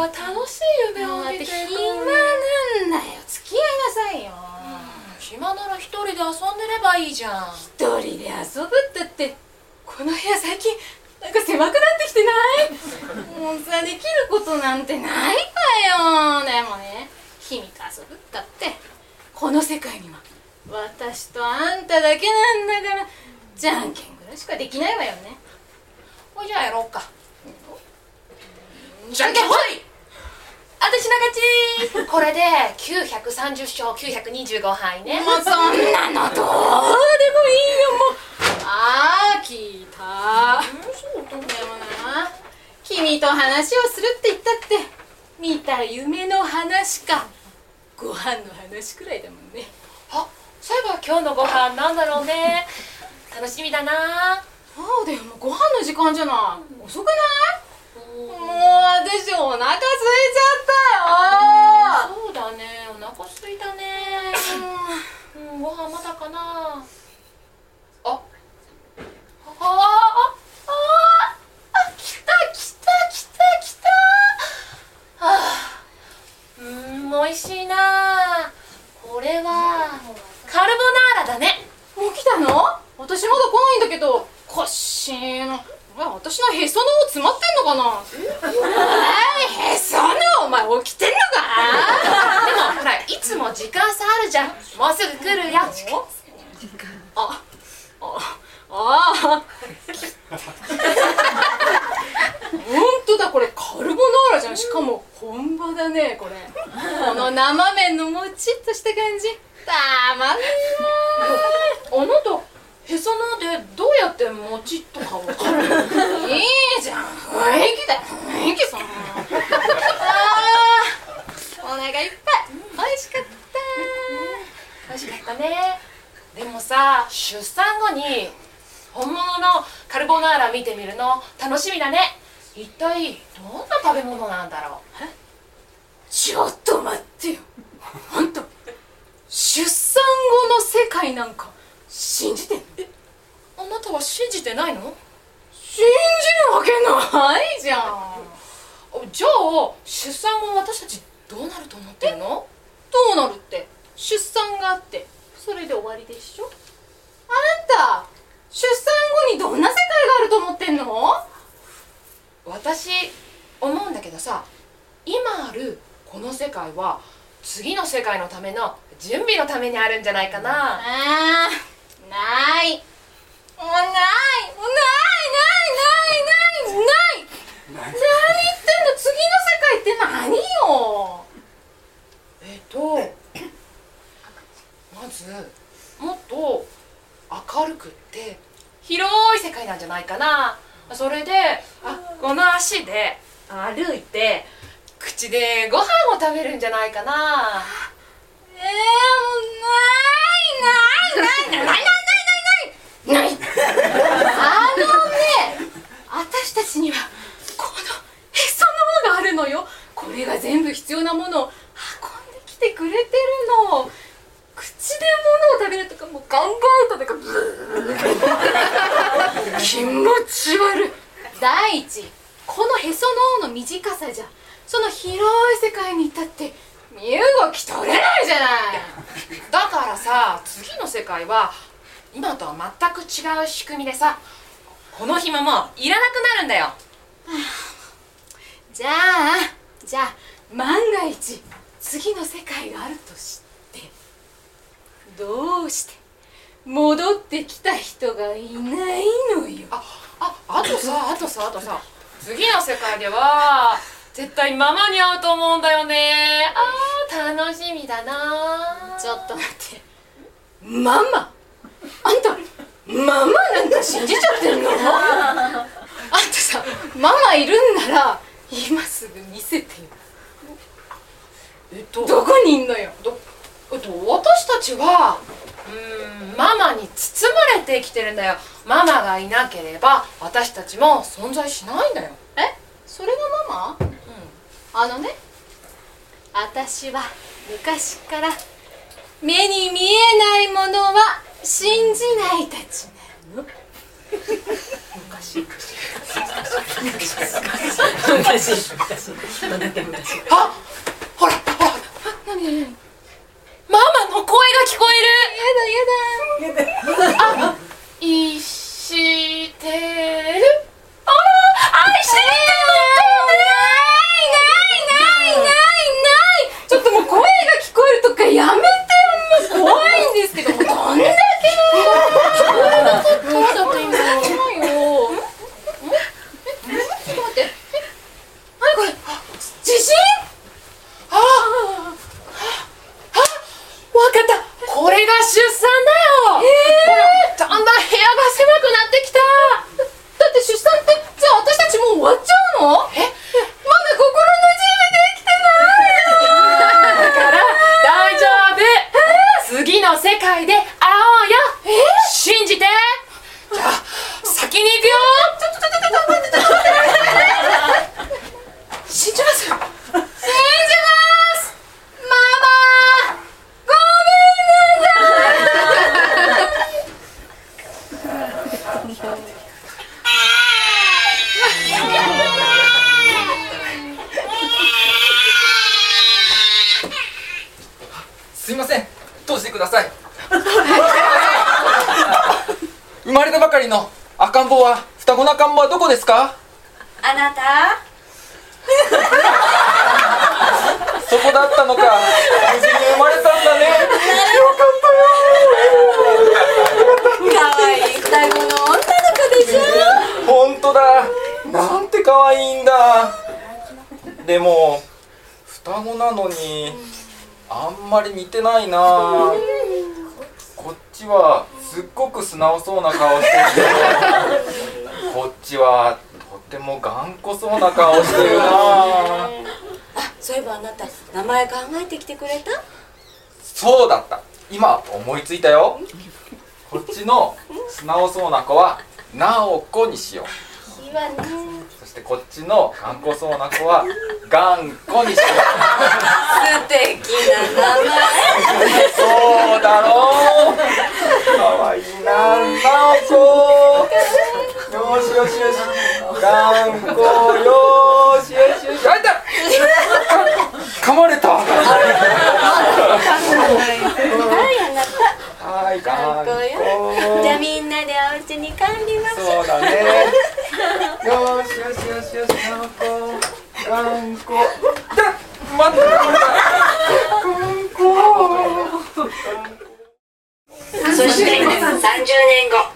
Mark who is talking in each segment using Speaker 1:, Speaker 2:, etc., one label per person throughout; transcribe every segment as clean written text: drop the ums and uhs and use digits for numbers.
Speaker 1: 楽しい夢を見てる。
Speaker 2: 暇なんだよ、付き合いなさいよ。
Speaker 1: 暇なら一人で遊んでればいいじゃん。
Speaker 2: 一人で遊ぶったって、この部屋最近なんか狭くなってきてない？もうさ、できることなんてないわよ。でもね、君と遊ぶったってこの世界には私とあんただけなんだから、じゃんけんぐらいしかできないわよね。
Speaker 1: ほいじゃあやろうか。じゃんけんほい。私の勝ち。これで930勝925敗ね。
Speaker 2: もうそんなのどうでもいいよ。もう飽きた。でもな、君と話をするって言ったって見た夢の話かご飯の話くらいだもんね。
Speaker 1: あ、そういえば今日のご飯なんだろうね。楽しみだな。
Speaker 2: そうだよ、もうご飯の時間じゃない。遅くない？もう私お腹空いちゃったよ。
Speaker 1: そうだね、お腹すいたね。ご飯まだかな。美味しいな。これはカルボナーラだね。
Speaker 2: もう来たの？私まだ来ないんだけど。こっしーの、私のへその緒詰まってんのかな？へその緒、お前起きてんのか？
Speaker 1: でもほら、いつも時間差あるじゃん。もうすぐ来るよ。
Speaker 2: ほんとだ、これカルボナーラじゃん。しかも本場だね、これ。この生麺のもちっとした感じ、たまんね
Speaker 1: あなた、へその緒でどうやってもちっとかわかる？
Speaker 2: いいじゃん、雰囲気だよ、雰囲気。そんなお腹いっぱい。美味しかった。
Speaker 1: 美味しかったね。でもさ、出産後に本物のカルボナーラ見てみるの楽しみだね。一体どんな食べ物なんだろう。
Speaker 2: ちょっと待ってよ、あんた出産後の世界なんか信じてんの？
Speaker 1: あなたは信じてないの？
Speaker 2: 信じるわけないじゃん。
Speaker 1: じゃあ出産後私たちどうなると思ってるの？
Speaker 2: どうなるって、出産があってそれで終わりでしょ。あんた出産後にどんな世界があると思ってんの？
Speaker 1: 私思うんだけどさ、今あるこの世界は次の世界のための準備のためにあるんじゃないかな。
Speaker 2: ない。もうない。もうないないないないない。何言ってんの？次の世界って何よ。
Speaker 1: まずもっと明るくって広い世界なんじゃないかな。それでこの足で歩いて口でご飯を食べるんじゃないかな。
Speaker 2: もうないないないないないないないないない。私たちにはこのへその緒があるのよ。これが全部必要なものを運んできてくれてるの。口で物を食べるとかもう考えたとか気持ち悪い。第一、このへその緒の短さじゃその広い世界にいたって身動き取れないじゃない。
Speaker 1: だからさ、次の世界は今とは全く違う仕組みでさ、この暇もいらなくなるんだよ。
Speaker 2: じゃあ万が一次の世界があるとしてどうして戻ってきた人がいないのよ。
Speaker 1: あとさ次の世界では絶対ママに会うと思うんだよね。楽しみだな。
Speaker 2: ちょっと待って、ママ？あんたママなんか信じちゃってんの？あんたさ、ママいるんなら今すぐ見せてよ。どこにいんのよ。
Speaker 1: 私たちはママに包まれて生きてるんだよ。ママがいなければ私たちも存在しないんだよ。
Speaker 2: それがママ？私は昔から目に見えないものは信じないたちなの。
Speaker 1: あ、ほらほら、
Speaker 2: 何何何？
Speaker 1: ママの声が聞こえる。
Speaker 2: やだやだ。
Speaker 1: あ、愛してる。ああ、愛してる
Speaker 2: ないちょっともう声が聞こえるとかやめてよ。もう怖いんですけど。もうどんだけの。
Speaker 1: どうだった今。
Speaker 2: ないよ。ちょっと待って。何これ？地震？
Speaker 1: ああ、わかった。これが出産だよ。ほら、だんだん部屋が狭くなってきた。
Speaker 2: だって出産ってじゃあ私たちもう終わっちゃうの？まだ心の準備できてないよ。
Speaker 1: だから大丈夫。次の世界で会おうよ。信じて。じゃあ先に行くよ。信じます。
Speaker 2: 信じます。ママごめんなさい。
Speaker 3: すいません、通してください。生まれたばかりの赤ん坊は、双子の赤ん坊はどこですか？
Speaker 4: あなた？
Speaker 3: そこだったのか。無事に生まれたんだね。よか
Speaker 4: かわいい双子の女の子でしょ。
Speaker 3: ったよ。本当だ。なんて可愛いんだ。でも双子なのにあんまり似てないな。こっちはすっごく素直そうな顔してるけど、こっちはとても頑固そうな顔してるな。
Speaker 4: あ、そういえばあなた名前考えてきてくれた？
Speaker 3: そうだった。今思いついたよ。こっちの素直そうな子は直子にしよう。
Speaker 4: いいわね。
Speaker 3: そしてこっちの頑固そうな子は頑固にしよ
Speaker 4: 素敵な名前。
Speaker 3: う。そうだろう。かわいいな、直子。よしよしよし。頑固よしよしよし。あいた。噛まれた。
Speaker 4: はいあなた。
Speaker 3: はい、頑固
Speaker 4: よ。じゃあみんなでお家に帰りましょう。
Speaker 3: そうだね。よしよしよしよし、頑固頑固。だ、待って、頑固。
Speaker 4: そして30年後。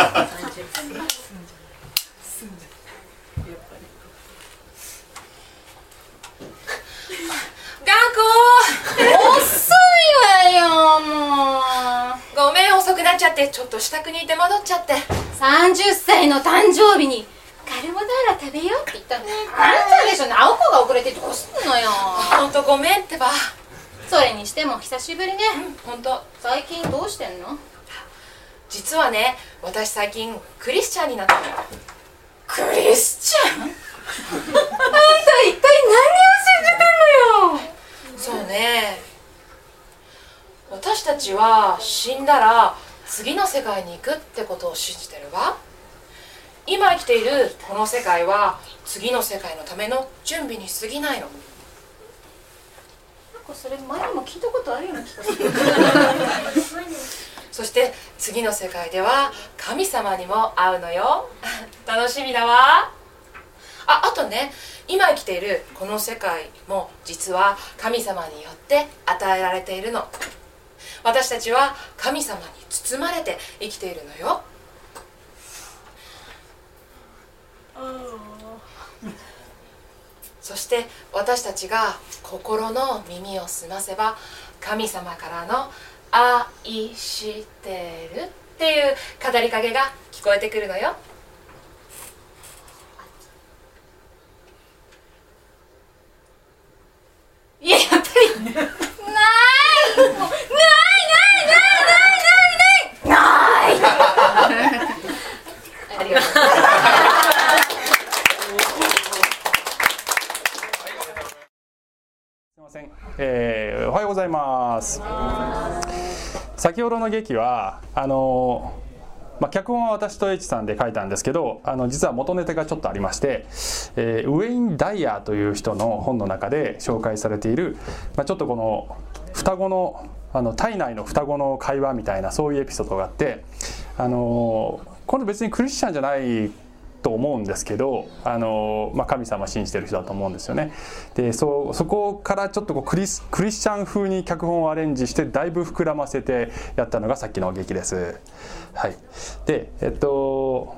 Speaker 1: 頑固。
Speaker 2: 遅いわよもう。
Speaker 1: ごめん、遅くなっちゃって。ちょっと支度にいて戻っちゃって。
Speaker 2: 30歳の誕生日にカルボナーラ食べようって言ったの。あんたでしょ。直子が遅れてどうすんのよ。
Speaker 1: ほんとごめんってば。
Speaker 2: それにしても久しぶりね。
Speaker 1: ほんと。
Speaker 2: 最近どうしてんの？
Speaker 1: 実はね、私最近クリスチャンになったの。
Speaker 2: クリスチャン？あんた一体何を信じてたのよ。
Speaker 1: そうね、私たちは死んだら次の世界に行くってことを信じてるわ。今生きているこの世界は次の世界のための準備に過ぎないの。
Speaker 2: なんかそれ前にも聞いたことあるような気がする。
Speaker 1: そして次の世界では神様にも会うのよ。楽しみだわ。あとね、今生きているこの世界も実は神様によって与えられているの。私たちは神様に包まれて生きているのよ。そして私たちが心の耳を澄ませば神様からの愛してるっていう語りかけが聞こえてくるのよ。
Speaker 2: いや、やっぱりない。もうないないありがとう。
Speaker 5: すみません、おはようございます。先ほどの劇は脚本は私と H さんで書いたんですけど、実は元ネタがちょっとありまして、ウェイン・ダイヤーという人の本の中で紹介されている、ちょっとこの双子の体内の双子の会話みたいな、そういうエピソードがあって、これ別にクリスチャンじゃないと思うんですけど、神様信じてる人だと思うんですよね。でそこからちょっとこうクリスチャン風に脚本をアレンジしてだいぶ膨らませてやったのがさっきの劇です。はい、でこ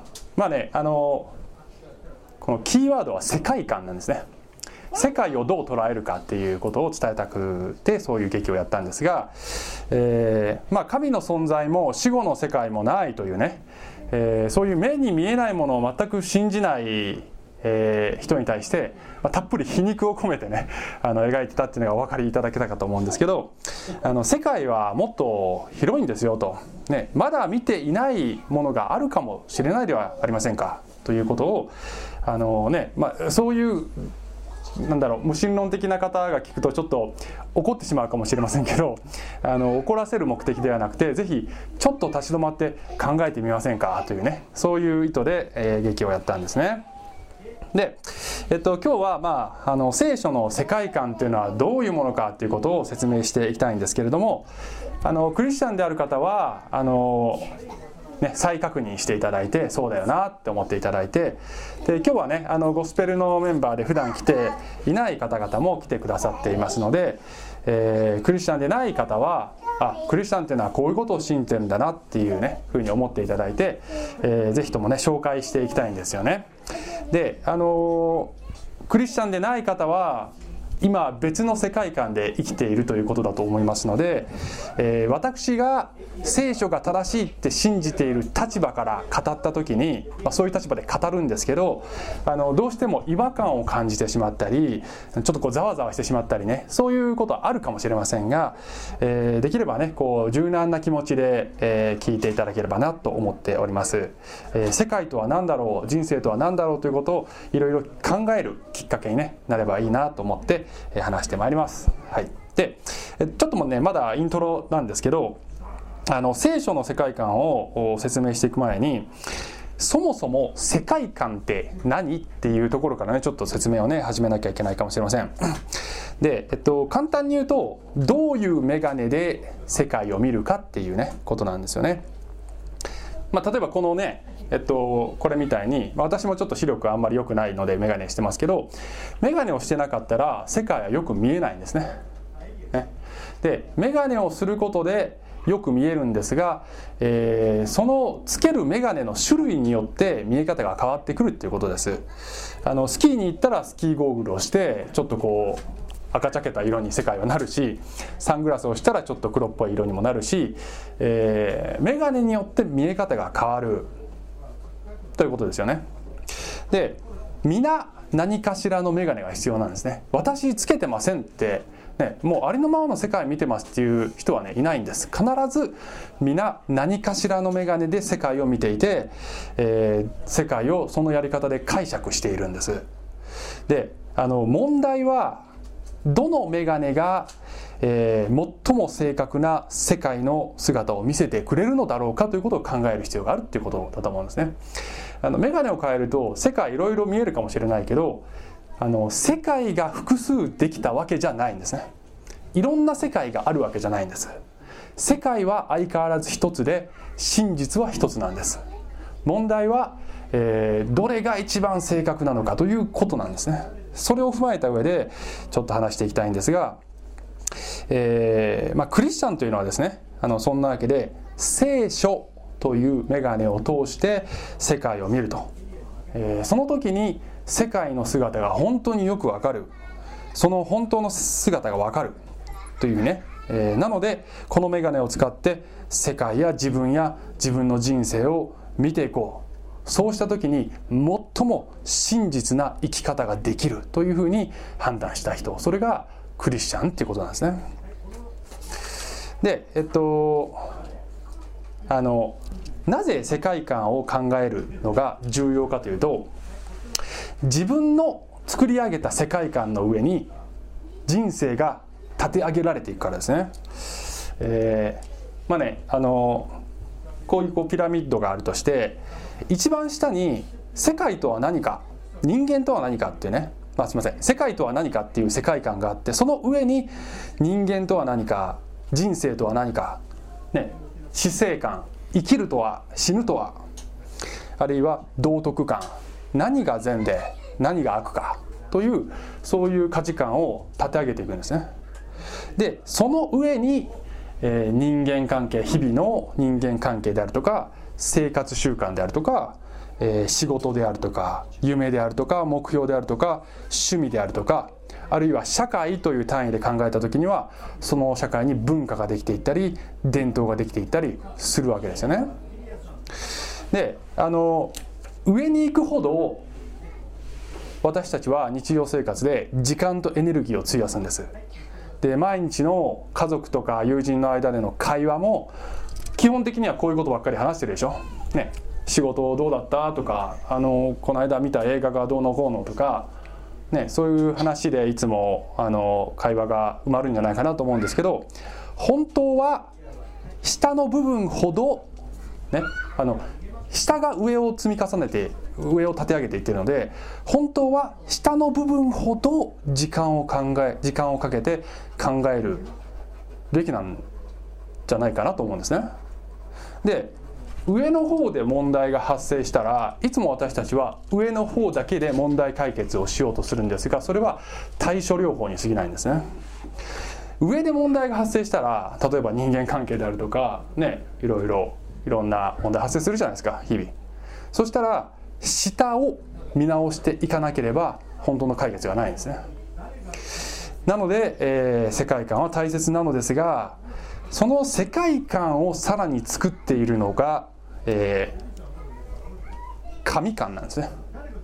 Speaker 5: のキーワードは世界観なんですね。世界をどう捉えるかっていうことを伝えたくて、そういう劇をやったんですが、神の存在も死後の世界もないというね、そういう目に見えないものを全く信じない、人に対して、たっぷり皮肉を込めてね描いてたっていうのがお分かりいただけたかと思うんですけど、世界はもっと広いんですよと、ね、まだ見ていないものがあるかもしれないではありませんかということをそういう無神論的な方が聞くとちょっと怒ってしまうかもしれませんけど、怒らせる目的ではなくて、ぜひちょっと立ち止まって考えてみませんかというね、そういう意図で、劇をやったんですね。で、今日は、聖書の世界観というのはどういうものかということを説明していきたいんですけれども、クリスチャンである方は再確認していただいて、そうだよなって思っていただいて、で今日はねゴスペルのメンバーで普段来ていない方々も来てくださっていますので、クリスチャンでない方はクリスチャンっていうのはこういうことを信じてるんだなっていうねふうに思っていただいて、ぜひともね紹介していきたいんですよね。でクリスチャンでない方は今別の世界観で生きているということだと思いますので、私が聖書が正しいって信じている立場から語った時に、そういう立場で語るんですけど、どうしても違和感を感じてしまったり、ちょっとこうざわざわしてしまったりね、そういうことはあるかもしれませんが、できればねこう柔軟な気持ちで、聞いていただければなと思っております。世界とは何だろう、人生とは何だろうということをいろいろ考えるきっかけに、なればいいなと思って話してまいります。はい、でちょっともねまだイントロなんですけど、聖書の世界観を説明していく前に、そもそも世界観って何っていうところからねちょっと説明をね始めなきゃいけないかもしれません。で、簡単に言うと、どういう眼鏡で世界を見るかっていうねことなんですよね。例えばこのねこれみたいに、私もちょっと視力あんまり良くないので眼鏡してますけど、眼鏡をしてなかったら世界はよく見えないんですね。で眼鏡をすることでよく見えるんですが、そのつける眼鏡の種類によって見え方が変わってくるっていうことです。スキーに行ったらスキーゴーグルをしてちょっとこう赤茶けた色に世界はなるし、サングラスをしたらちょっと黒っぽい色にもなるし、眼鏡によって見え方が変わるということですよね。で、皆何かしらの眼鏡が必要なんですね。私つけてませんってね、もうありのままの世界見てますっていう人はねいないんです。必ず皆何かしらの眼鏡で世界を見ていて、世界をそのやり方で解釈しているんです。で、問題はどの眼鏡が、最も正確な世界の姿を見せてくれるのだろうかということを考える必要があるっていうことだと思うんですね。眼鏡を変えると世界いろいろ見えるかもしれないけど、世界が複数できたわけじゃないんですね。いろんな世界があるわけじゃないんです。世界は相変わらず一つで、真実は一つなんです。問題は、どれが一番正確なのかということなんですね。それを踏まえた上でちょっと話していきたいんですが、クリスチャンというのはですね、そんなわけで聖書という眼鏡を通して世界を見ると、その時に世界の姿が本当によくわかる、その本当の姿がわかるというね、なのでこの眼鏡を使って世界や自分の人生を見ていこう。そうした時に最も真実な生き方ができるというふうに判断した人、それがクリスチャンっていうことなんですね。で、なぜ世界観を考えるのが重要かというと、自分の作り上げた世界観の上に人生が立て上げられていくからですね。ここういうピラミッドがあるとして、一番下に世界とは何か、人間とは何かっていうね、すいません、世界とは何かっていう世界観があって、その上に人間とは何か、人生とは何か、ね、死生観、生きるとは、死ぬとは、あるいは道徳観、何が善で何が悪かという、そういう価値観を立て上げていくんですね。でその上に、人間関係、日々の人間関係であるとか、生活習慣であるとか、仕事であるとか、夢であるとか、目標であるとか、趣味であるとか、あるいは社会という単位で考えた時には、その社会に文化ができていったり、伝統ができていったりするわけですよね。で上に行くほど私たちは日常生活で時間とエネルギーを費やすんです。で毎日の家族とか友人の間での会話も基本的にはこういうことばっかり話してるでしょ、ね、仕事どうだったとか、この間見た映画がどうのこうのとか、ね、そういう話でいつも会話が埋まるんじゃないかなと思うんですけど、本当は下の部分ほど、ね、下が上を積み重ねて上を立て上げていっているので、本当は下の部分ほど時間をかけて考えるべきなんじゃないかなと思うんですね。で上の方で問題が発生したら、いつも私たちは上の方だけで問題解決をしようとするんですが、それは対処療法に過ぎないんですね。上で問題が発生したら、例えば人間関係であるとかね、いろんな問題発生するじゃないですか、日々。そしたら下を見直していかなければ本当の解決がないんですね。なので、世界観は大切なのですが、その世界観をさらに作っているのが、神観なんですね。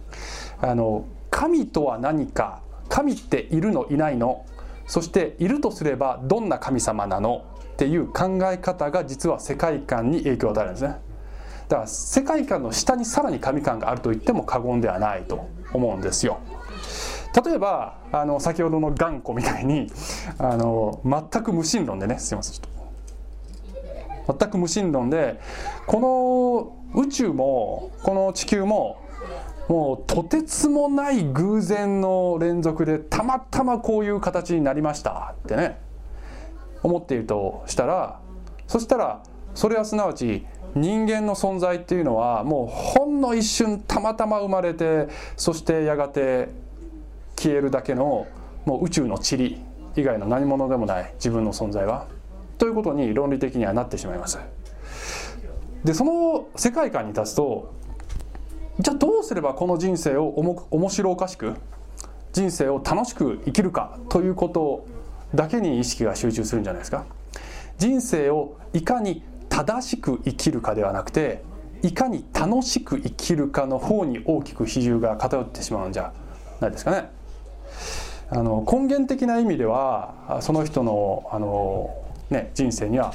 Speaker 5: 神とは何か、神っているのいないの、そしているとすればどんな神様なのっていう考え方が実は世界観に影響を与えるんですね。だから世界観の下にさらに神観があると言っても過言ではないと思うんですよ。例えば先ほどの頑固みたいに全く無神論でね、すいません、全く無神論で、この宇宙もこの地球ももうとてつもない偶然の連続でたまたまこういう形になりましたってね思っているとしたら、そしたらそれはすなわち人間の存在っていうのはもうほんの一瞬たまたま生まれて、そしてやがて消えるだけのもう宇宙の塵以外の何者でもない自分の存在はということに論理的にはなってしまいます。でその世界観に立つと、じゃあどうすればこの人生を面白おかしく、人生を楽しく生きるかということだけに意識が集中するんじゃないですか。人生をいかに正しく生きるかではなくて、いかに楽しく生きるかの方に大きく比重が偏ってしまうんじゃないですかね。根源的な意味ではその人の人生には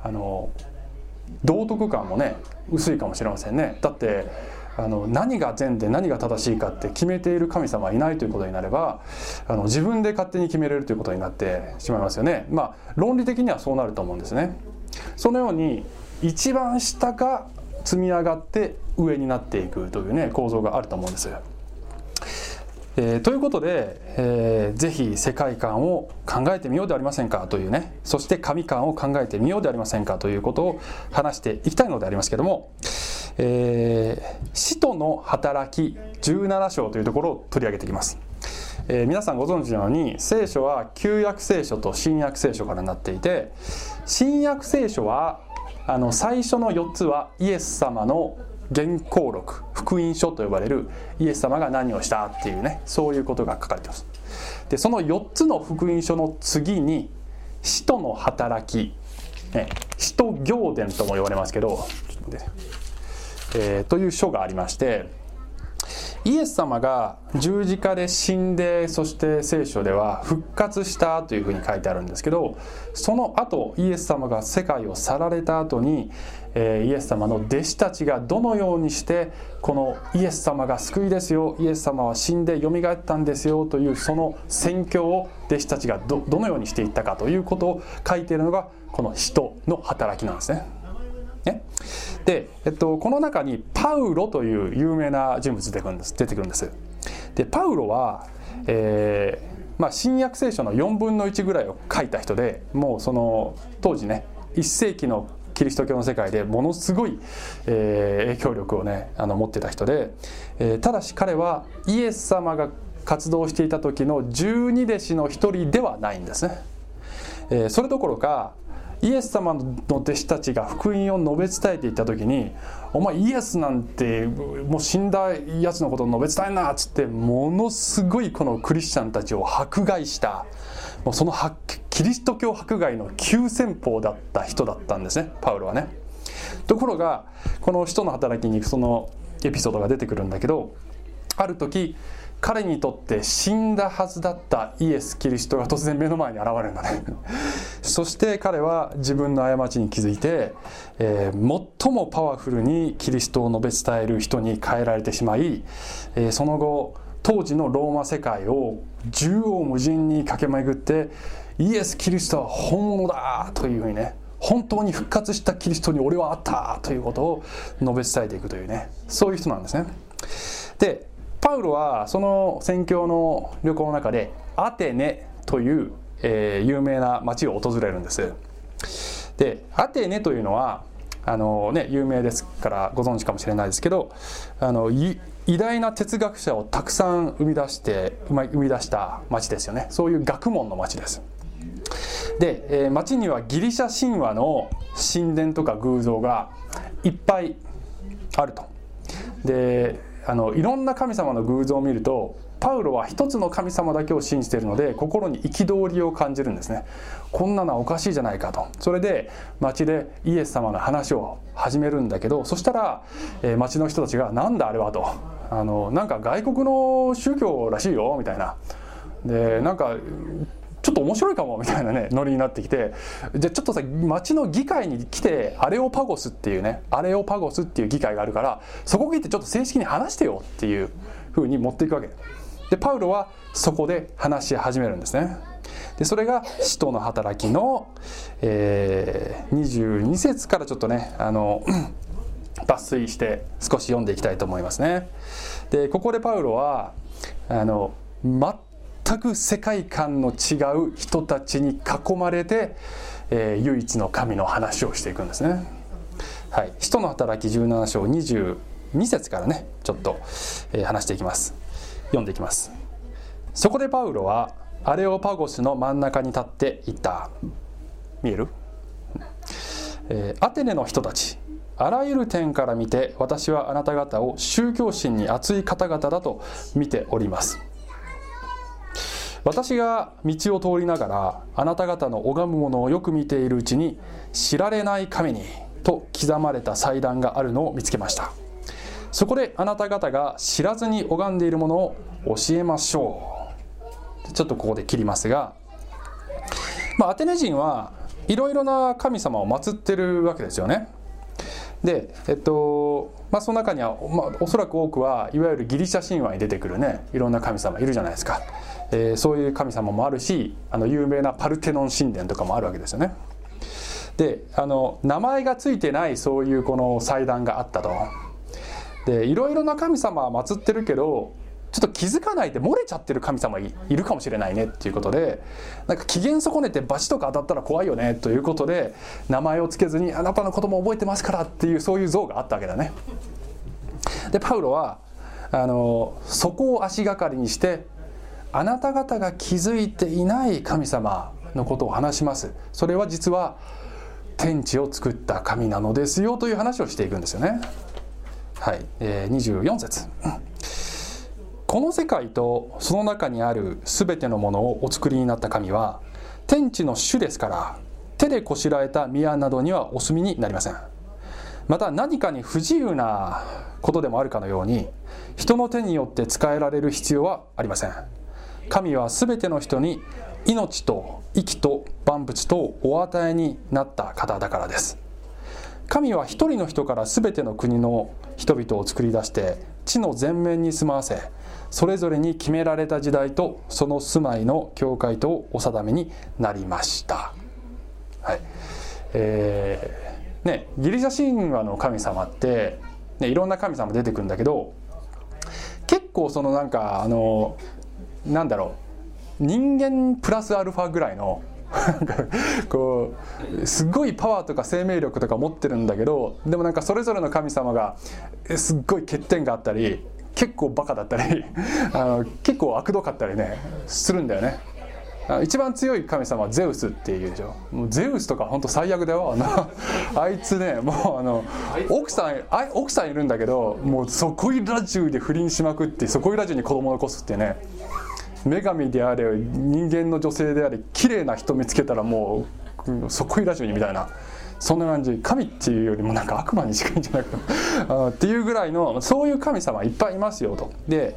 Speaker 5: 道徳感もね薄いかもしれませんね。だって何が善で何が正しいかって決めている神様はいないということになれば、自分で勝手に決めれるということになってしまいますよね。論理的にはそうなると思うんですね。そのように一番下が積み上がって上になっていくというね構造があると思うんです。ということで、ぜひ世界観を考えてみようではありませんかというね、そして神観を考えてみようではありませんかということを話していきたいのでありますけども、使徒の働き17章というところを取り上げていきます。皆さんご存知のように聖書は旧約聖書と新約聖書からなっていて、新約聖書は最初の4つはイエス様の原稿録、福音書と呼ばれるイエス様が何をしたっていうね、そういうことが書かれています。でその4つの福音書の次に使徒の働き、使徒行伝とも呼ばれますけど、ちょっと待って、という書がありまして、イエス様が十字架で死んで、そして聖書では復活したというふうに書いてあるんですけど、その後イエス様が世界を去られた後に、イエス様の弟子たちがどのようにしてこのイエス様が救いですよ、イエス様は死んでよみがえったんですよというその宣教を弟子たちが どのようにしていったかということを書いているのがこの使徒の働きなんですね。 ね。で、この中にパウロという有名な人物出てくるんです。でパウロは、新約聖書の4分の1ぐらいを書いた人で、もうその当時ね1世紀のキリスト教の世界でものすごい、影響力をね持ってた人で、ただし彼はイエス様が活動していた時の12弟子の一人ではないんですね。それどころかイエス様の弟子たちが福音を述べ伝えていった時に、お前イエスなんてもう死んだやつのことを述べ伝えんなっつって、ものすごいこのクリスチャンたちを迫害した、もうそのキリスト教迫害の急先鋒だった人だったんですね、パウロはね。ところがこの使徒の働きにそのエピソードが出てくるんだけど、ある時彼にとって死んだはずだったイエス・キリストが突然目の前に現れるんだねそして彼は自分の過ちに気づいて、最もパワフルにキリストを述べ伝える人に変えられてしまい、その後当時のローマ世界を縦横無尽に駆け巡ってイエス・キリストは本物だというふうにね、本当に復活したキリストに俺はあったということを述べ伝えていくというね、そういう人なんですね。でパウロはその宣教の旅行の中でアテネという、有名な町を訪れるんです。でアテネというのは有名ですからご存知かもしれないですけど、偉大な哲学者をたくさん生み出した町ですよね。そういう学問の町です。で、町にはギリシャ神話の神殿とか偶像がいっぱいあると。でいろんな神様の偶像を見ると、パウロは一つの神様だけを信じているので心に憤りを感じるんですね。こんなのはおかしいじゃないかと。それで町でイエス様の話を始めるんだけど、そしたら、町の人たちがなんだあれはと、なんか外国の宗教らしいよみたいな、でなんかちょっと面白いかもみたいなねノリになってきて、じゃあちょっとさ町の議会に来てアレオパゴスっていう議会があるから、そこに行ってちょっと正式に話してよっていう風に持っていくわけで、パウロはそこで話し始めるんですね。でそれが使徒の働きの、22節からちょっとね抜粋して少し読んでいきたいと思いますね。でここでパウロは全く世界観の違う人たちに囲まれて、唯一の神の話をしていくんですね。はい、使徒の働き17章22節からねちょっと、話していきます。読んでいきます。そこでパウロはアレオパゴスの真ん中に立って言った。見える？アテネの人たち、あらゆる点から見て私はあなた方を宗教心に熱い方々だと見ております。私が道を通りながらあなた方の拝むものをよく見ているうちに、知られない神にと刻まれた祭壇があるのを見つけました。そこであなた方が知らずに拝んでいるものを教えましょう。ちょっとここで切りますが、アテネ人はいろいろな神様を祀ってるわけですよね。で、その中には、おそらく多くはいわゆるギリシャ神話に出てくるねいろんな神様いるじゃないですか。そういう神様もあるし、有名なパルテノン神殿とかもあるわけですよね。で名前がついてないそういうこの祭壇があったと。でいろいろな神様は祀ってるけど、ちょっと気づかないで漏れちゃってる神様いるかもしれないねっていうことで、なんか機嫌損ねてバチとか当たったら怖いよねということで、名前をつけずにあなたのことも覚えてますからっていう、そういう像があったわけだね。でパウロはそこを足がかりにして、あなた方が気づいていない神様のことを話します。それは実は天地を作った神なのですよという話をしていくんですよね。はい、24節。この世界とその中にあるすべてのものをお作りになった神は天地の主ですから、手でこしらえた宮などにはお住みになりません。また何かに不自由なことでもあるかのように、人の手によって使えられる必要はありません。神はすべての人に命と息と万物とをお与えになった方だからです。神は一人の人からすべての国の人々を作り出して地の全面に住まわせ、それぞれに決められた時代とその住まいの境界とお定めになりました。はい、 ね、ギリシャ神話の神様って、ね、いろんな神様出てくるんだけど、結構そのなんかなんだろう、人間プラスアルファぐらいのこうすごいパワーとか生命力とか持ってるんだけど、でもなんかそれぞれの神様がすっごい欠点があったり、結構バカだったり結構悪どかったりねするんだよね。一番強い神様はゼウスっていうでしょ。もうゼウスとか本当最悪だよ。あいつね、もう奥さんいるんだけど、もうそこいら中で不倫しまくって、そこいら中に子供を残すってね。女神であれ人間の女性であれ綺麗な人見つけたらもうそこいら中にみたいな、そんな感じ。神っていうよりもなんか悪魔に近いんじゃないかっていうぐらいの、そういう神様いっぱいいますよと。で、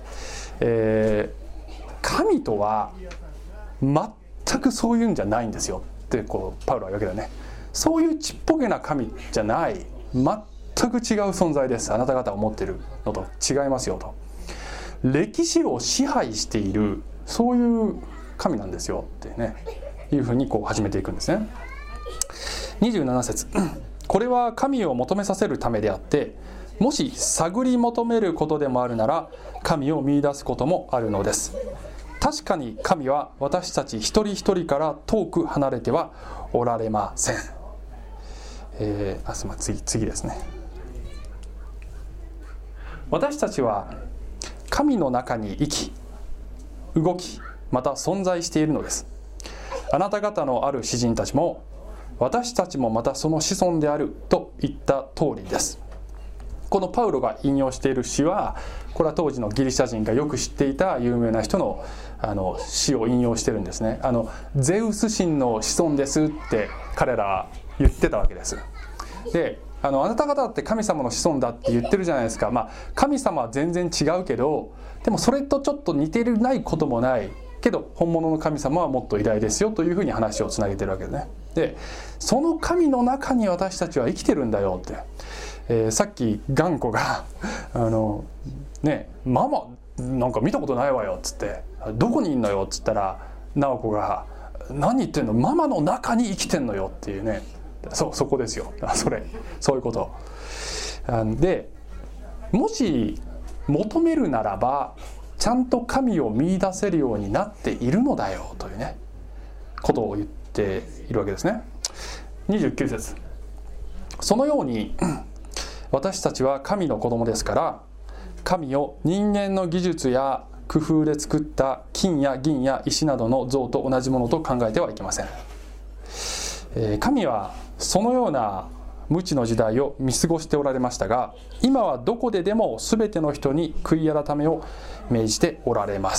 Speaker 5: 神とは全くそういうんじゃないんですよってこうパウロは言うわけだよね。そういうちっぽけな神じゃない、全く違う存在です。あなた方が思ってるのと違いますよと。歴史を支配している、そういう神なんですよってね、いうふうにこう始めていくんですね。27節これは神を求めさせるためであって、もし探り求めることでもあるなら神を見出すこともあるのです。確かに神は私たち一人一人から遠く離れてはおられません。次ですね。私たちは神の中に生き、動き、また存在しているのです。あなた方のある詩人たちも、私たちもまたその子孫であると言った通りです。このパウロが引用している詩は、これは当時のギリシャ人がよく知っていた有名な人の詩を引用してるんですね。ゼウス神の子孫ですって彼らは言ってたわけです。で、あなた方って神様の子孫だって言ってるじゃないですか。まあ神様は全然違うけど、でもそれとちょっと似てないこともないけど、本物の神様はもっと偉大ですよというふうに話をつなげてるわけですね。で、その神の中に私たちは生きてるんだよって、さっき頑固がね、ママなんか見たことないわよっつって、どこにいんのよっつったら、直子が何言ってんの、ママの中に生きてんのよっていうね。そこですよ。そういうことで、もし求めるならばちゃんと神を見出せるようになっているのだよというねことを言っているわけですね。29節そのように私たちは神の子供ですから、神を人間の技術や工夫で作った金や銀や石などの像と同じものと考えてはいけません。神はそのような無知の時代を見過ごしておられましたが、今はどこででも全ての人に悔い改めを命じておられます。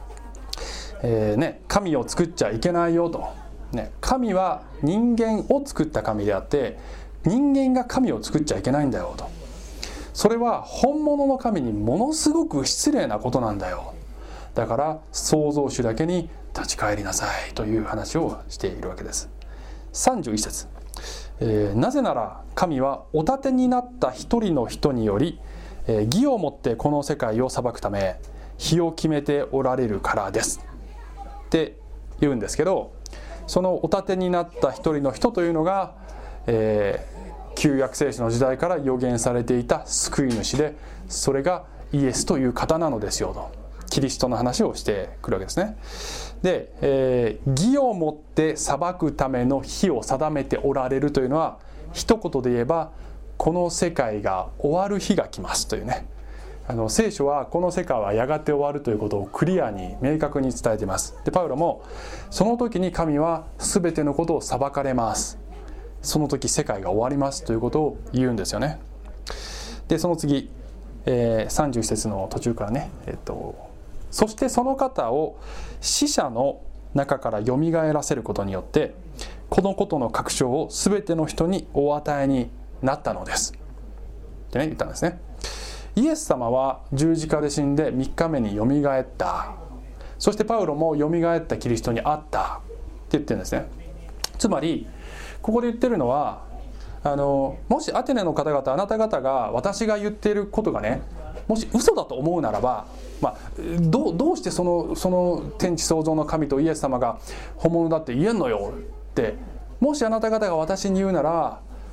Speaker 5: 神を作っちゃいけないよと、神は人間を作った神であって、人間が神を作っちゃいけないんだよと。それは本物の神にものすごく失礼なことなんだよ。だから創造主だけに立ち返りなさいという話をしているわけです。31節なぜなら神はお立てになった一人の人により、義をもってこの世界を裁くため日を決めておられるからですって言うんですけど、そのお立てになった一人の人というのが、旧約聖書の時代から予言されていた救い主で、それがイエスという方なのですよと、キリストの話をしてくるわけですね。で、義をもって裁くための日を定めておられるというのは、一言で言えばこの世界が終わる日が来ますというね、聖書はこの世界はやがて終わるということをクリアに明確に伝えています。で、パウロもその時に神は全てのことを裁かれます、その時世界が終わりますということを言うんですよね。で、その次、31節の途中からね、そしてその方を死者の中からよみがえらせることによってこのことの確証を全ての人にお与えになったのですってね言ったんですね。イエス様は十字架で死んで3日目によみがえった。そしてパウロもよみがえったキリストに会ったって言ってるんですね。つまりここで言ってるのは、もしアテネの方々、あなた方が私が言っていることがね、もし嘘だと思うならば、どうしてその天地創造の神とイエス様が本物だって言えんのよって、もしあなた方が私に言うなら、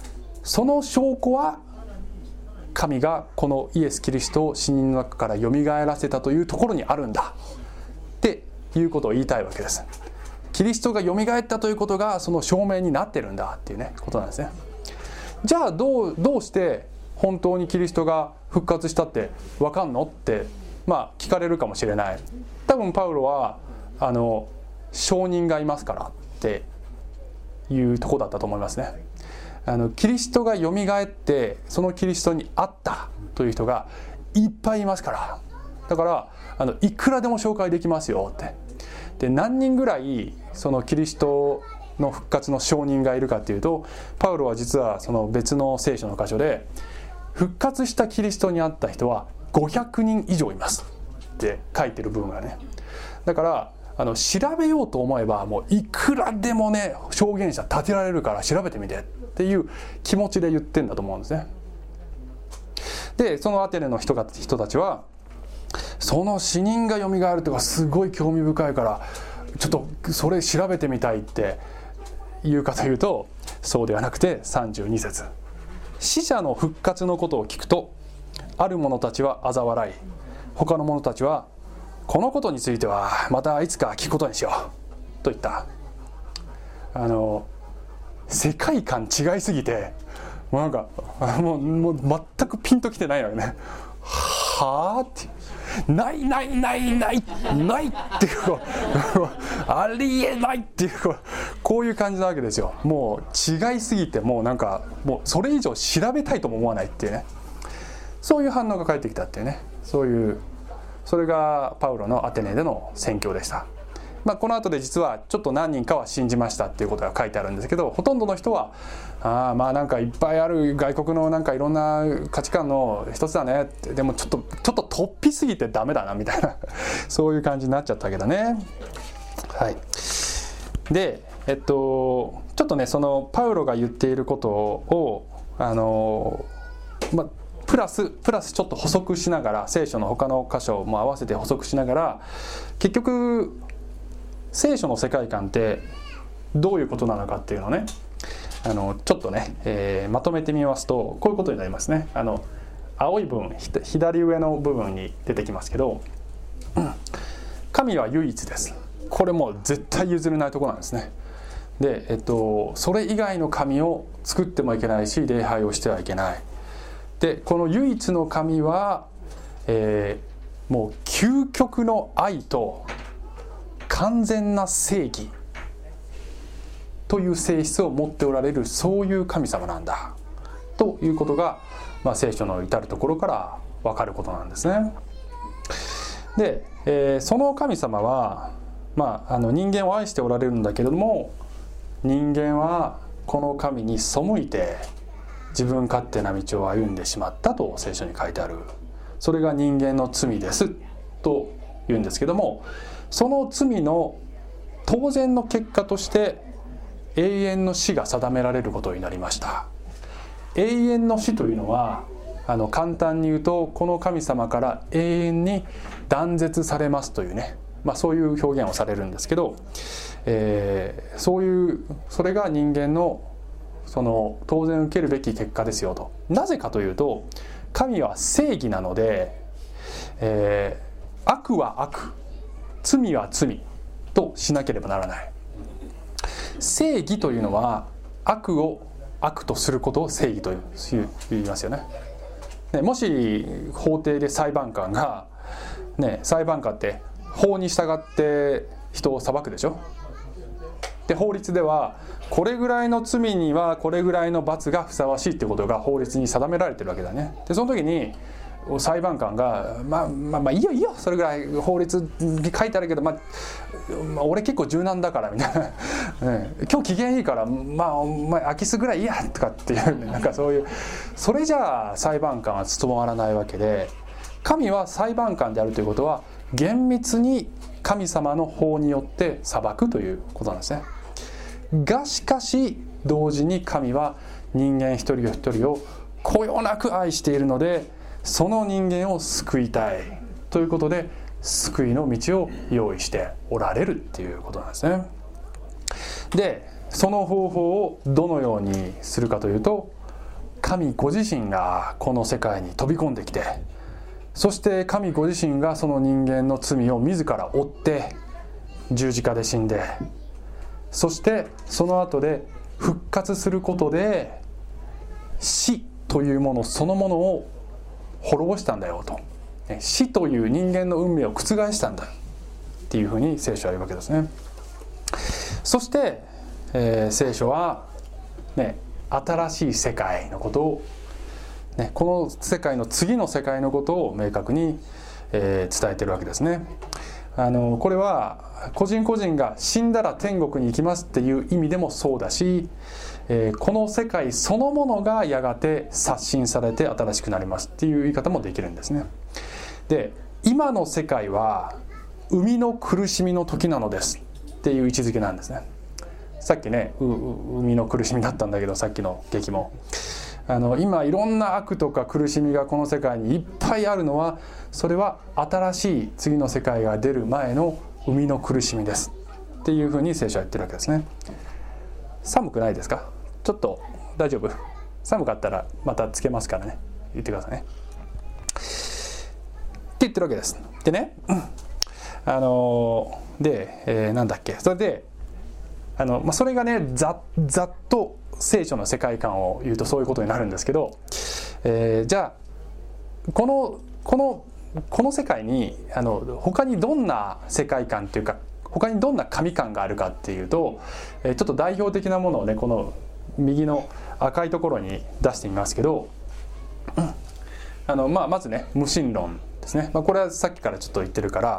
Speaker 5: その証拠は神がこのイエス・キリストを死人の中からよみがえらせたというところにあるんだっていうことを言いたいわけです。キリストがよみがえったということがその証明になってるんだっていうねことなんですね。じゃあどうして本当にキリストが復活したって分かんのって聞かれるかもしれない。多分パウロは証人がいますからっていうところだったと思いますね。キリストがよみがえってそのキリストに会ったという人がいっぱいいますから、だからいくらでも紹介できますよって。で何人ぐらいそのキリストの復活の証人がいるかっていうと、パウロは実はその別の聖書の箇所で復活したキリストに会った人は500人以上いますって書いてる部分がね。だから調べようと思えばもういくらでもね証言者立てられるから調べてみてっていう気持ちで言ってんだと思うんですね。でそのアテネの人たちはその死人がよみがえるとかすごい興味深いからちょっとそれ調べてみたいって言うかというと、そうではなくて32節、死者の復活のことを聞くとある者たちは嘲笑い、他の者たちはこのことについてはまたいつか聞くことにしようと言った。世界観違いすぎてもうなんかもう全くピンときてないのよね。はあってないっていうありえないっていうこういう感じなわけですよ。もう違いすぎてもうなんかもうそれ以上調べたいとも思わないっていうね、そういう反応が返ってきたっていうね、それがパウロのアテネでの宣教でした。この後で実はちょっと何人かは信じましたっていうことが書いてあるんですけど、ほとんどの人はなんかいっぱいある外国のなんかいろんな価値観の一つだねって、でもちょっと突飛すぎてダメだなみたいなそういう感じになっちゃったけどね。はい。でちょっとねそのパウロが言っていることをプラスちょっと補足しながら、聖書の他の箇所も合わせて補足しながら、結局聖書の世界観ってどういうことなのかっていうのをねちょっとね、まとめてみますとこういうことになりますね。青い部分左上の部分に出てきますけど、神は唯一です。これもう絶対譲れないところなんですね。で、それ以外の神を作ってもいけないし礼拝をしてはいけない。でこの唯一の神は、もう究極の愛と完全な正義という性質を持っておられる、そういう神様なんだということが、聖書の至るところから分かることなんですね。で、その神様は、人間を愛しておられるんだけれども、人間はこの神に背いて自分勝手な道を歩んでしまったと聖書に書いてある。それが人間の罪ですと言うんですけども、その罪の当然の結果として永遠の死が定められることになりました。永遠の死というのは簡単に言うとこの神様から永遠に断絶されますというね、そういう表現をされるんですけど、それが人間のその当然受けるべき結果ですよと。なぜかというと神は正義なので、悪は悪、罪は罪としなければならない。正義というのは悪を悪とすることを正義と言いますよね。もし法廷で裁判官が、裁判官って法に従って人を裁くでしょ。で法律ではこれぐらいの罪にはこれぐらいの罰がふさわしいってことが法律に定められてるわけだね。でその時に裁判官がいいよそれぐらい法律に書いてあるけど俺結構柔軟だからみたいな、今日機嫌いいからお前空き巣ぐらいいいやとかっていうなんかそういう、それじゃあ裁判官は務まらないわけで、神は裁判官であるということは厳密に神様の法によって裁くということなんですね。がしかし同時に神は人間一人一人をこよなく愛しているので、その人間を救いたいということで救いの道を用意しておられるっていうことなんですね。でその方法をどのようにするかというと、 神ご自身がこの世界に飛び込んできて、そして神ご自身がその人間の罪を自ら負って十字架で死んで、そしてその後で復活することで死というものそのものを滅ぼしたんだよと、死という人間の運命を覆したんだっていうふうに聖書は言うわけですね。そして、聖書は、新しい世界のことを、この世界の次の世界のことを明確に、伝えているわけですね。これは個人個人が死んだら天国に行きますっていう意味でもそうだし、この世界そのものがやがて刷新されて新しくなりますっていう言い方もできるんですね。で、今の世界は生みの苦しみの時なのですっていう位置づけなんですね。さっきね、生みの苦しみだったんだけど、さっきの劇も今いろんな悪とか苦しみがこの世界にいっぱいあるのは、それは新しい次の世界が出る前の生みの苦しみですっていうふうに聖書は言ってるわけですね。寒くないですか？ちょっと大丈夫？寒かったらまたつけますからね、言ってくださいねって言ってるわけです。でね、なんだっけ、それでそれがね、ざっと聖書の世界観を言うとそういうことになるんですけど、じゃあこの世界に他にどんな世界観っていうか、他にどんな神観があるかっていうと、ちょっと代表的なものをね、この右の赤いところに出してみますけど、まずね、無神論ですね。これはさっきからちょっと言ってるから、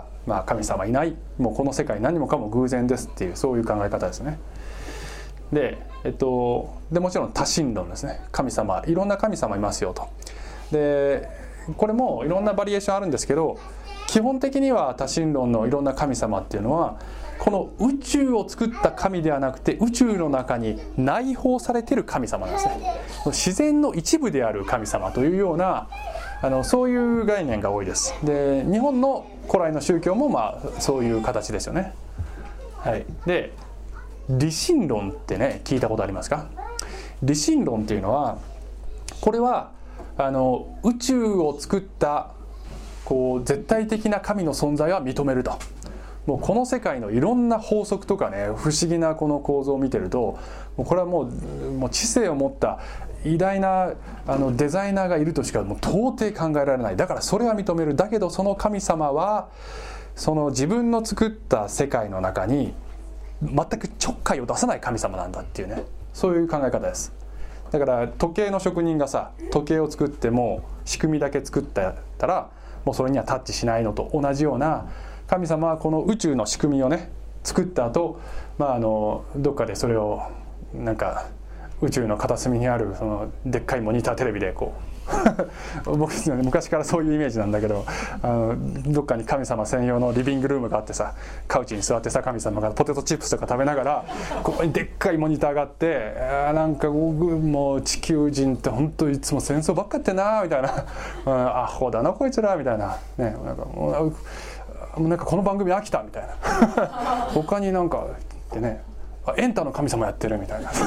Speaker 5: 神様いない、もうこの世界何もかも偶然ですっていう、そういう考え方ですね。で、もちろん多神論ですね。神様、いろんな神様いますよと。で、これもいろんなバリエーションあるんですけど、基本的には多神論のいろんな神様っていうのは、この宇宙を作った神ではなくて、宇宙の中に内包されている神様なんですね。自然の一部である神様というようなそういう概念が多いです。で、日本の古来の宗教もそういう形ですよね。はい。で、理神論ってね、聞いたことありますか？理神論っていうのは、これは宇宙を作った絶対的な神の存在は認めると。もうこの世界のいろんな法則とかね、不思議なこの構造を見てると、これはもう知性を持った偉大なデザイナーがいるとしかもう到底考えられない。だからそれは認める。だけどその神様はその自分の作った世界の中に全くちょっかいを出さない神様なんだっていうね、そういう考え方です。だから時計の職人がさ、時計を作っても仕組みだけ作ったらもうそれにはタッチしないのと同じような、神様はこの宇宙の仕組みをね作った後、どっかでそれをなんか宇宙の片隅にあるそのでっかいモニターテレビで僕昔からそういうイメージなんだけど、どっかに神様専用のリビングルームがあってさ、カウチに座ってさ、神様がポテトチップスとか食べながら、ここにでっかいモニターがあって、なんかもう地球人って本当いつも戦争ばっかやってんなみたいな、アホだなこいつらみたいなね、なんかこの番組飽きたみたいな他になんかってね、エンタの神様やってるみたいな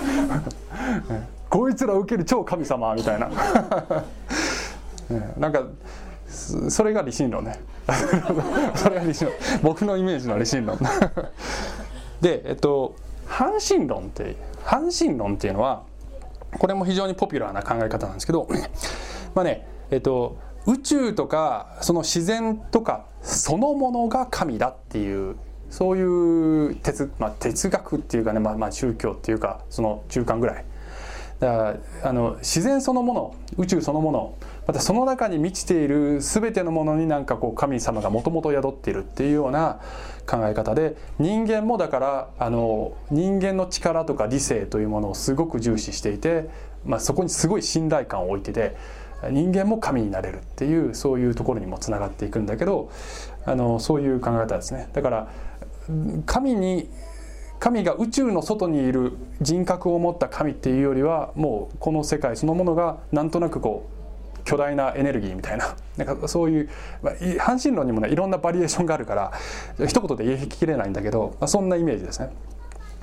Speaker 5: こいつら受ける超神様みたいななんかそれが理神論ねそれが理神論、僕のイメージの理神論で、半神論っていうのは、これも非常にポピュラーな考え方なんですけど宇宙とかその自然とかそのものが神だっていう、そういう哲学っていうかね、宗教っていうかその中間ぐらいだから、自然そのもの、宇宙そのもの、またその中に満ちている全てのものになんか神様がもともと宿っているっていうような考え方で、人間もだから人間の力とか理性というものをすごく重視していて、そこにすごい信頼感を置いてて、人間も神になれるっていう、そういうところにもつながっていくんだけど、そういう考え方ですね。だから神が宇宙の外にいる人格を持った神っていうよりは、もうこの世界そのものがなんとなく巨大なエネルギーみたいな、なんかそういう、半神論にもねいろんなバリエーションがあるから一言で言い切れないんだけど、そんなイメージですね。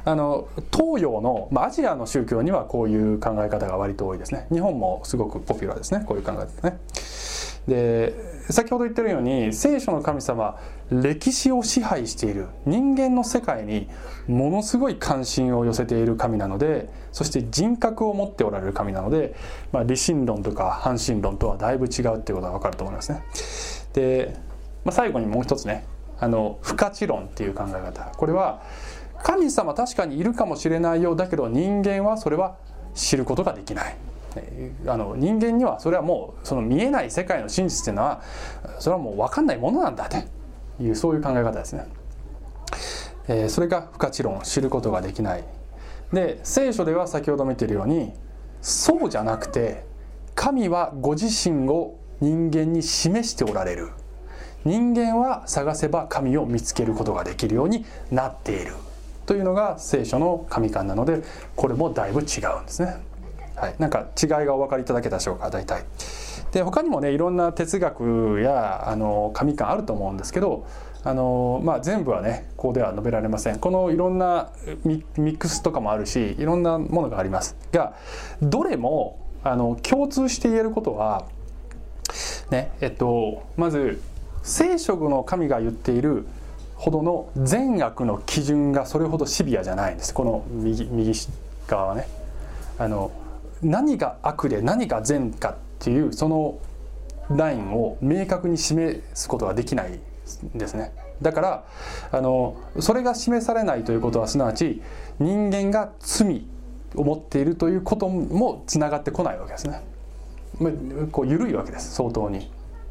Speaker 5: 東洋の、アジアの宗教にはこういう考え方が割と多いですね。日本もすごくポピュラーですね、こういう考え方ですね。で、先ほど言ってるように聖書の神様、歴史を支配している人間の世界にものすごい関心を寄せている神なので、そして人格を持っておられる神なので、理心論とか反神論とはだいぶ違うっていうことが分かると思いますね。で、最後にもう一つね、不価値論っていう考え方。これは神様確かにいるかもしれないようだけど、人間はそれは知ることができない。人間にはそれはもうその見えない世界の真実というのはそれはもう分かんないものなんだという、そういう考え方ですね。それが不価値論、知ることができない。で、聖書では先ほど見ているようにそうじゃなくて、神はご自身を人間に示しておられる。人間は探せば神を見つけることができるようになっているというのが聖書の神観なので、これもだいぶ違うんですね。はい、なんか違いがお分かりいただけたでしょうか、大体。で、他にもね、いろんな哲学や神観あると思うんですけど、全部はねここでは述べられません。このいろんなミックスとかもあるし、いろんなものがありますが、どれも共通して言えることはね、まず聖書の神が言っているほどの善悪の基準がそれほどシビアじゃないんです。この右側はね、何が悪で何が善かっていうそのラインを明確に示すことができないんですね。だからそれが示されないということは、すなわち人間が罪を持っているということもつながってこないわけですね。こう緩いわけです、相当に。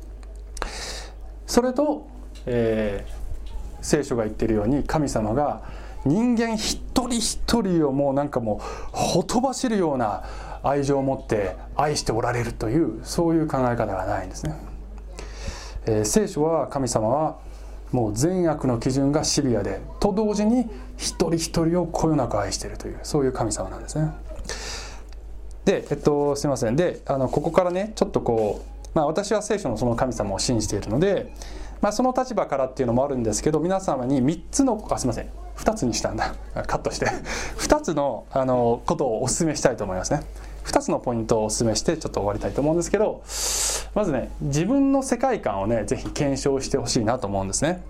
Speaker 5: それと、聖書が言っているように、神様が人間一人一人をもうなんかもうほとばしるような愛情を持って愛しておられるという、そういう考え方がないんですね。聖書は神様はもう善悪の基準がシビアで、と同時に一人一人をこよなく愛しているという、そういう神様なんですね。で、すいません。で、ここからねちょっとこう、私は聖書のその神様を信じているので、その立場からっていうのもあるんですけど、皆様に3つのすいません2つにしたんだカットして2つのことをお勧めしたいと思いますね。2つのポイントをお勧めしてちょっと終わりたいと思うんですけど、まずね、自分の世界観をねぜひ検証してほしいなと思うんですね。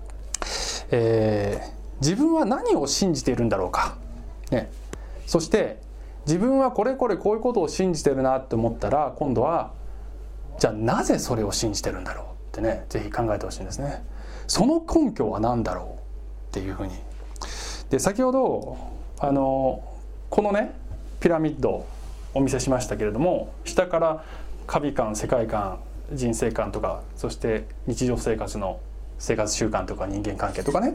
Speaker 5: 自分は何を信じているんだろうか、ね、そして自分はこれこういうことを信じてるなと思ったら、今度はじゃあなぜそれを信じてるんだろうってね、ぜひ考えてほしいんですね。その根拠は何だろうっていうふうに。で、先ほどこのねピラミッドをお見せしましたけれども、下から神観、世界観、人生観とか、そして日常生活の生活習慣とか人間関係とかね、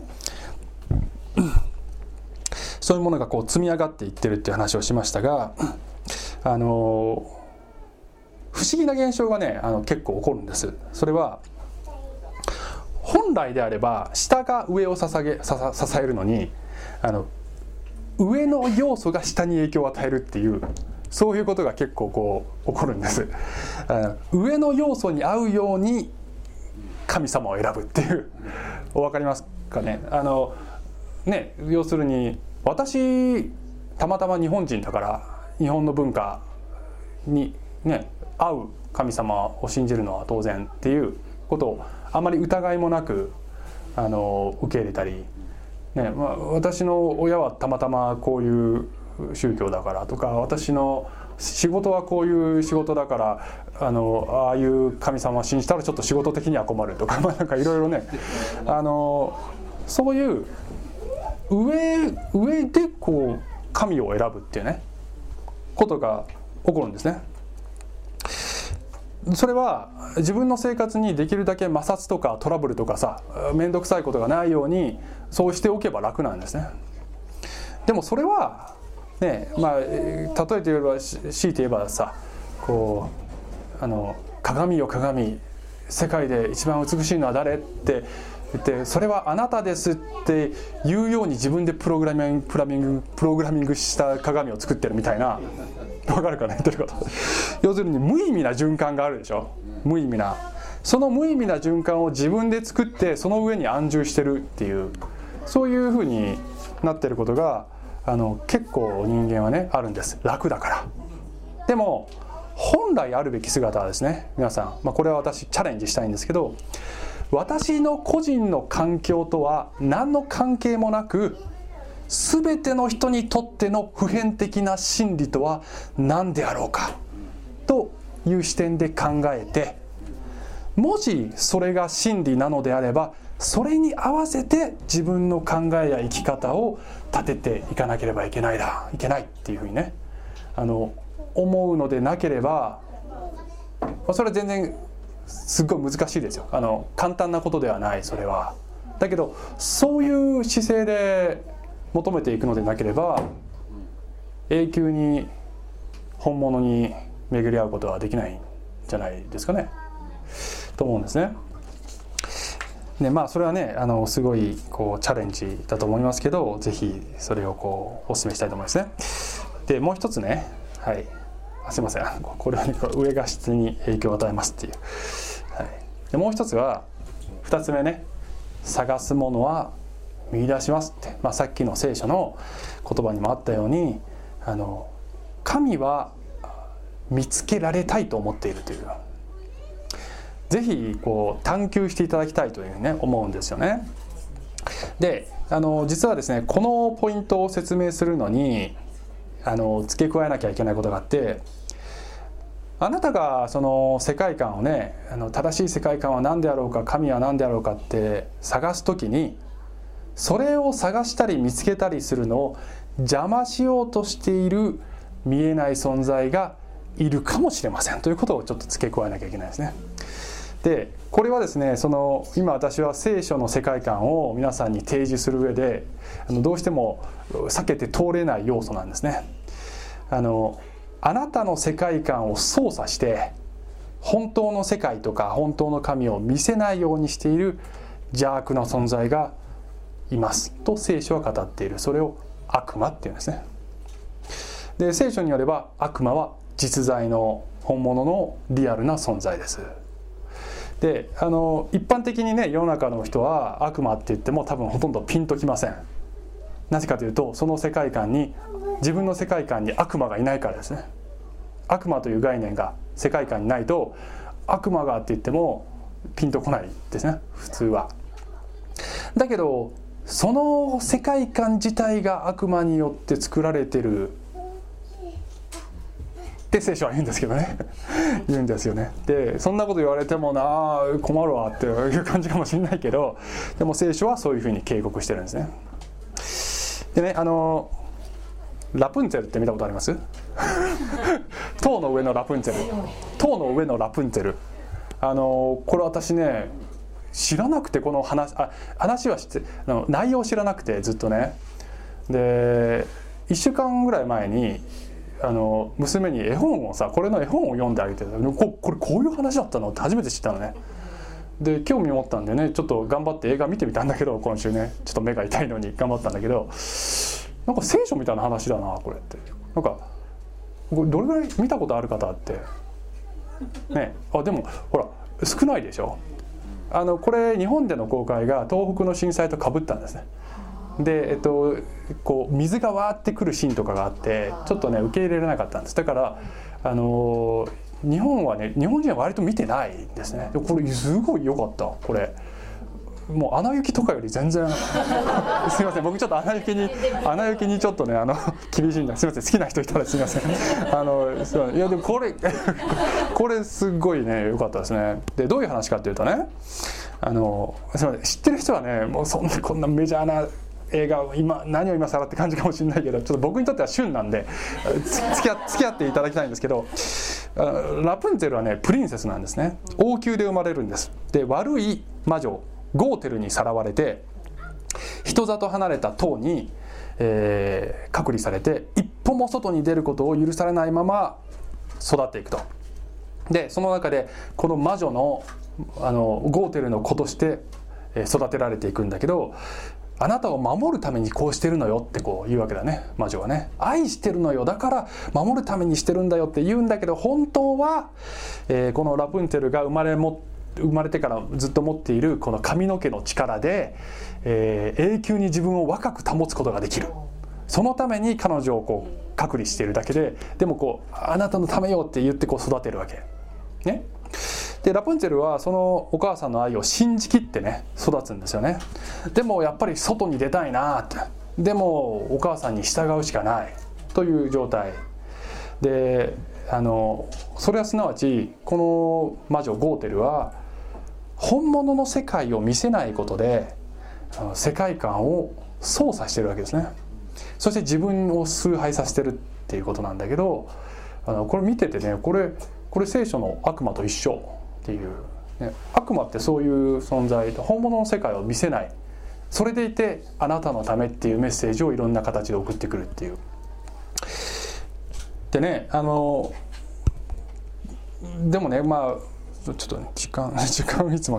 Speaker 5: そういうものがこう積み上がっていってるっていう話をしましたが、不思議な現象がね結構起こるんです。それは本来であれば下が上を支えるのに、上の要素が下に影響を与えるっていう、そういうことが結構こう起こるんです。上の要素に合うように神様を選ぶっていう、お分かりますかね。要するに私たまたま日本人だから日本の文化にね合う神様を信じるのは当然っていうことをあまり疑いもなく受け入れたり、私の親はたまたまこういう宗教だからとか、私の仕事はこういう仕事だからああいう神様を信じたらちょっと仕事的には困るとか、なんかいろいろねそういう上でこう神を選ぶっていうねことが起こるんですね。それは自分の生活にできるだけ摩擦とかトラブルとかさ、面倒くさいことがないようにそうしておけば楽なんですね。でもそれはね、例えて言えば強いて言えばさ、こう鏡よ鏡、世界で一番美しいのは誰って言って、それはあなたですって言うように自分でプログラミングした鏡を作ってるみたいな、分かるかな言ってること。要するに無意味な循環があるでしょ。無意味な、その無意味な循環を自分で作ってその上に安住してるっていう、そういうふうになってることが結構人間はねあるんです。楽だから。でも本来あるべき姿はですね、皆さん、これは私チャレンジしたいんですけど、私の個人の環境とは何の関係もなく、全ての人にとっての普遍的な真理とは何であろうかという視点で考えて、もしそれが真理なのであれば、それに合わせて自分の考えや生き方を立てていかなければいけないっていうふうにね、思うのでなければ、それは全然すっごい難しいですよ。簡単なことではない、それは。だけどそういう姿勢で求めていくのでなければ、永久に本物に巡り合うことはできないんじゃないですかね、と思うんですね。でそれはねすごいチャレンジだと思いますけど、ぜひそれをお勧めしたいと思いますね。でもう一つね、すいません、これは、上が質に影響を与えますっていう、でもう一つは2つ目ね、探すものは見出しますって、さっきの聖書の言葉にもあったように、神は見つけられたいと思っているという、ぜひ探求していただきたいというね思うんですよね。で実はですね、このポイントを説明するのに付け加えなきゃいけないことがあって、あなたがその世界観をね、正しい世界観は何であろうか、神は何であろうかって探すときに、それを探したり見つけたりするのを邪魔しようとしている見えない存在がいるかもしれませんということをちょっと付け加えなきゃいけないですね。でこれはですね、今私は聖書の世界観を皆さんに提示する上でどうしても避けて通れない要素なんですね。あなたの世界観を操作して本当の世界とか本当の神を見せないようにしている邪悪な存在がいますと聖書は語っている。それを悪魔っていうんですね。で聖書によれば悪魔は実在の本物のリアルな存在です。で一般的にね、世の中の人は悪魔って言っても多分ほとんどピンときません。なぜかというと、その世界観に、自分の世界観に悪魔がいないからですね。悪魔という概念が世界観にないと、悪魔がって言ってもピンとこないですね、普通は。だけどその世界観自体が悪魔によって作られてるって聖書は言うんですけどね言うんですよね。でそんなこと言われてもな困るわっていう感じかもしれないけど、でも聖書はそういうふうに警告してるんですね。でね、ラプンツェルって見たことあります塔の上のラプンツェル、塔の上のラプンツェル、これ私ね知らなくて、この話は知って内容を知らなくてずっとね。で1週間ぐらい前に娘に絵本をこれの絵本を読んであげて、これこういう話だったのって初めて知ったのね。で興味を持ったんでね、ちょっと頑張って映画見てみたんだけど、今週ねちょっと目が痛いのに頑張ったんだけど、なんか聖書みたいな話だなこれって。なんかどれぐらい見たことある方ってね、でもほら少ないでしょ。これ日本での公開が東北の震災とかぶったんですね。で水がわーってくるシーンとかがあって、ちょっとね受け入れられなかったんです。だから日本人は割と見てないんですね。これすごい良かった。これもうアナ雪とかより全然すいません、僕ちょっとアナ雪にちょっとね厳しいんだ。すいません、好きな人いたらすいませんいやでもこれすごいね良かったですね。でどういう話かっていうとね、すいません、知ってる人はねもうこんなメジャーな映画を何を今更って感じかもしれないけど、ちょっと僕にとっては旬なんで付き合っていただきたいんですけど、ラプンツェルはねプリンセスなんですね。王宮で生まれるんです。で悪い魔女ゴーテルにさらわれて、人里離れた塔に、隔離されて、一歩も外に出ることを許されないまま育っていくと。でその中でこの魔女のゴーテルの子として育てられていくんだけど、あなたを守るためにこうしてるのよって言うわけだね、魔女はね。愛してるのよ、だから守るためにしてるんだよって言うんだけど、本当は、このラプンツェルが生まれてからずっと持っているこの髪の毛の力で、永久に自分を若く保つことができる。 そのために彼女をこう隔離しているだけで、でもこうあなたのためよって言ってこう育てるわけね。でラプンツェルはそのお母さんの愛を信じきってね育つんですよね。でもやっぱり外に出たいなって、でもお母さんに従うしかないという状態で、それはすなわちこの魔女ゴーテルは本物の世界を見せないことで世界観を操作してるわけですね。そして自分を崇拝させてるっていうことなんだけど、これ見ててね、これ聖書の悪魔と一緒っていう、ね、悪魔ってそういう存在で本物の世界を見せない、それでいてあなたのためっていうメッセージをいろんな形で送ってくるっていう。でね、でもね、まあちょっと、ね、時間いつも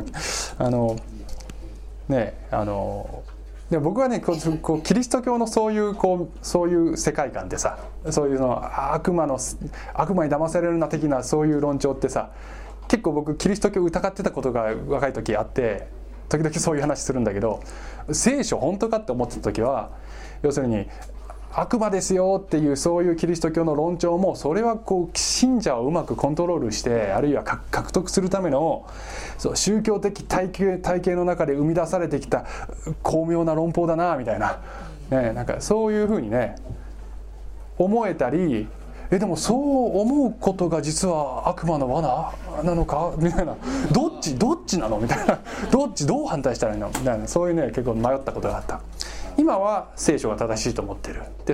Speaker 5: で僕はねこうキリスト教のそういう世界観でさ、そういう悪魔に騙されるな的なそういう論調ってさ、結構僕キリスト教を疑ってたことが若い時あって、時々そういう話するんだけど、聖書本当かって思ってた時は、要するに悪魔ですよっていうそういうキリスト教の論調も、それはこう信者をうまくコントロールして、あるいは獲得するための宗教的体系の中で生み出されてきた巧妙な論法だなみたいな、ね、なんかそういうふうにね思えたり、でもそう思うことが実は悪魔の罠なのかみたいな、どっちなのみたいな、どう反対したらいいのみたいな、そういうね結構迷ったことがあった。今は聖書が正しいと思ってる。で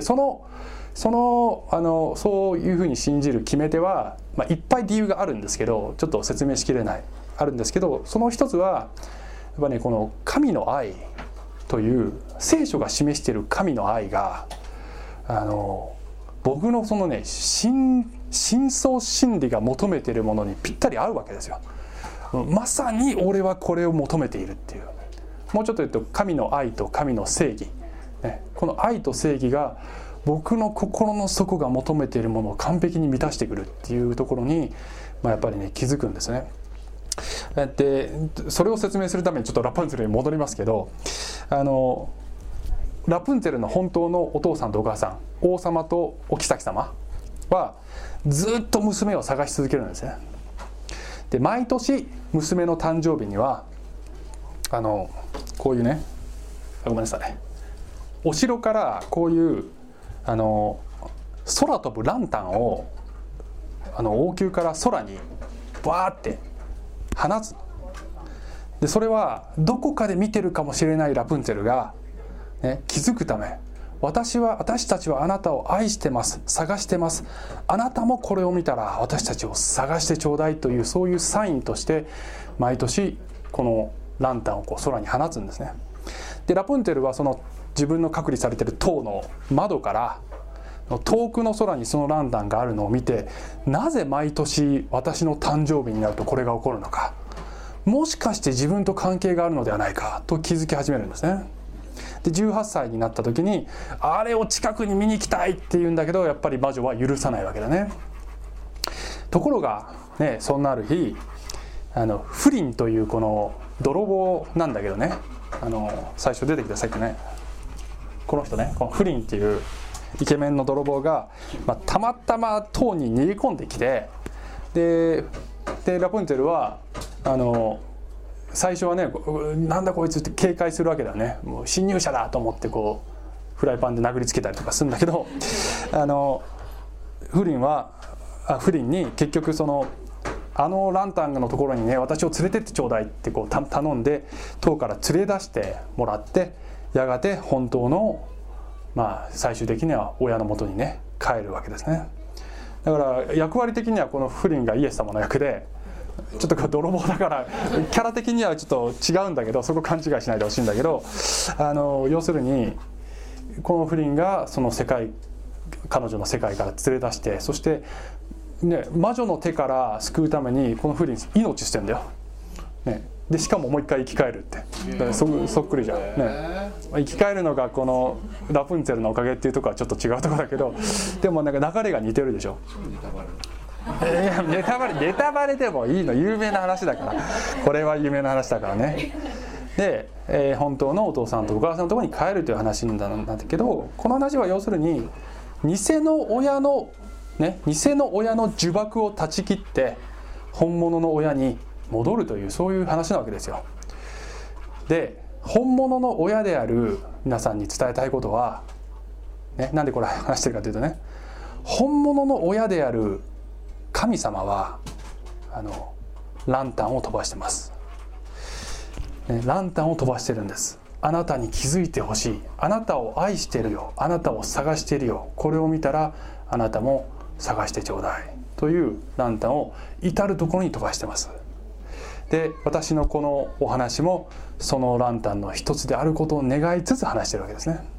Speaker 5: そういうふうに信じる決め手は、いっぱい理由があるんですけど、ちょっと説明しきれない、あるんですけど、その一つはやっぱね、この神の愛という聖書が示している神の愛が僕のそのね深層心理が求めているものにぴったり合うわけですよ。まさに俺はこれを求めているっていう。もうちょっと言うと神の愛と神の正義、ね、この愛と正義が僕の心の底が求めているものを完璧に満たしてくるっていうところに、やっぱりね気づくんですね。でそれを説明するためにちょっとラプンツェルに戻りますけど、ラプンツェルの本当のお父さんとお母さん、王様とお妃様はずっと娘を探し続けるんですね。で毎年娘の誕生日にはこういうね、ごめんなさい、お城からこういう空飛ぶランタンを王宮から空にバーって放つ。でそれはどこかで見てるかもしれないラプンツェルが、ね、気づくため、私たちはあなたを愛してます、探してます、あなたもこれを見たら私たちを探してちょうだいという、そういうサインとして毎年このランタンをこう空に放つんですね。でラプンツェルはその自分の隔離されている塔の窓から遠くの空にそのランタンがあるのを見て、なぜ毎年私の誕生日になるとこれが起こるのか、もしかして自分と関係があるのではないかと気づき始めるんですね。で18歳になった時にあれを近くに見に行きたいって言うんだけど、やっぱり魔女は許さないわけだね。ところがね、そんなある日フリンというこの泥棒なんだけどね、最初出てきたさっきね、この人ね、このフリンっていうイケメンの泥棒が、たまたま塔に逃げ込んできて、でラプンツェルは最初はね、なんだこいつって警戒するわけだよね。もう侵入者だと思ってこうフライパンで殴りつけたりとかするんだけど、フリンに結局ランタンのところにね、私を連れてってちょうだいってこう頼んで塔から連れ出してもらって、やがて本当の最終的には親の元にね帰るわけですね。だから役割的にはこのフリンがイエス様の役で、ちょっと泥棒だからキャラ的にはちょっと違うんだけど、そこ勘違いしないでほしいんだけど、要するにこのフリンがその彼女の世界から連れ出して、そしてね、魔女の手から救うためにこのフリン命捨てんだよ、ね、でしかももう一回生き返るって、そっくりじゃん、ね、生き返るのがこのラプンツェルのおかげっていうところはちょっと違うところだけど、でもなんか流れが似てるでしょ。ネタバレでもいいの、有名な話だから、これは有名な話だからね。 で、本当のお父さんとお母さんのところに帰るという話なんだけど、この話は要するに偽の親の呪縛を断ち切って本物の親に戻るという、そういう話なわけですよ。で、本物の親である皆さんに伝えたいことは、なんでこれ話してるかというとね、本物の親である神様はランタンを飛ばしてます、ランタンを飛ばしてるんです。あなたに気づいてほしい、あなたを愛してるよ、あなたを探してるよ、これを見たらあなたも探してちょうだいというランタンを至るところに飛ばしてます。で、私のこのお話もそのランタンの一つであることを願いつつ話してるわけですね。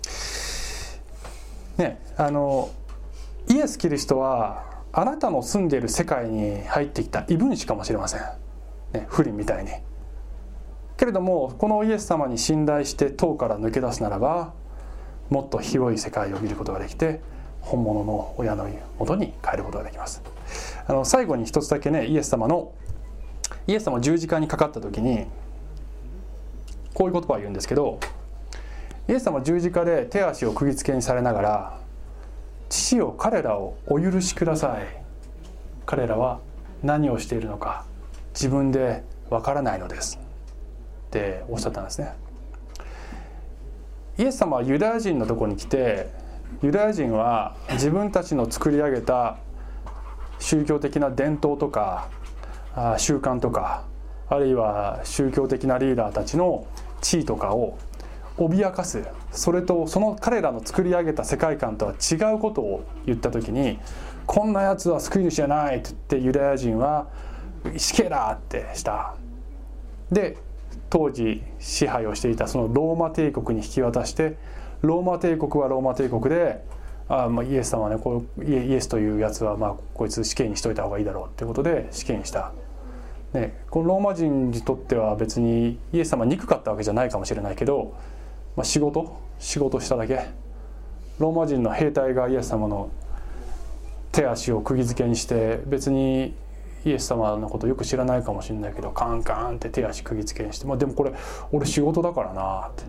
Speaker 5: イエス・キリストはあなたの住んでいる世界に入ってきた異分子かもしれません、不倫みたいに。けれどもこのイエス様に信頼して塔から抜け出すならば、もっと広い世界を見ることができて、本物の親の元に帰ることができます。最後に一つだけね、イエス様十字架にかかった時にこういう言葉を言うんですけど、イエス様十字架で手足を釘付けにされながら、父よ、彼らをお許しください、彼らは何をしているのか自分でわからないのですっておっしゃったんですね。イエス様はユダヤ人のところに来て、ユダヤ人は自分たちの作り上げた宗教的な伝統とか習慣とか、あるいは宗教的なリーダーたちの地位とかを脅かす、それとその彼らの作り上げた世界観とは違うことを言った時に、こんなやつは救い主じゃないって言ってユダヤ人は死刑だってした。で、当時支配をしていたそのローマ帝国に引き渡して、ローマ帝国はローマ帝国でイエス様はね、イエスというやつはこいつ死刑にしといた方がいいだろうってことで死刑にした。このローマ人にとっては別にイエス様は憎かったわけじゃないかもしれないけど、仕事しただけ。ローマ人の兵隊がイエス様の手足を釘付けにして、別にイエス様のことよく知らないかもしれないけど、カンカンって手足釘付けにして、でもこれ俺仕事だからなって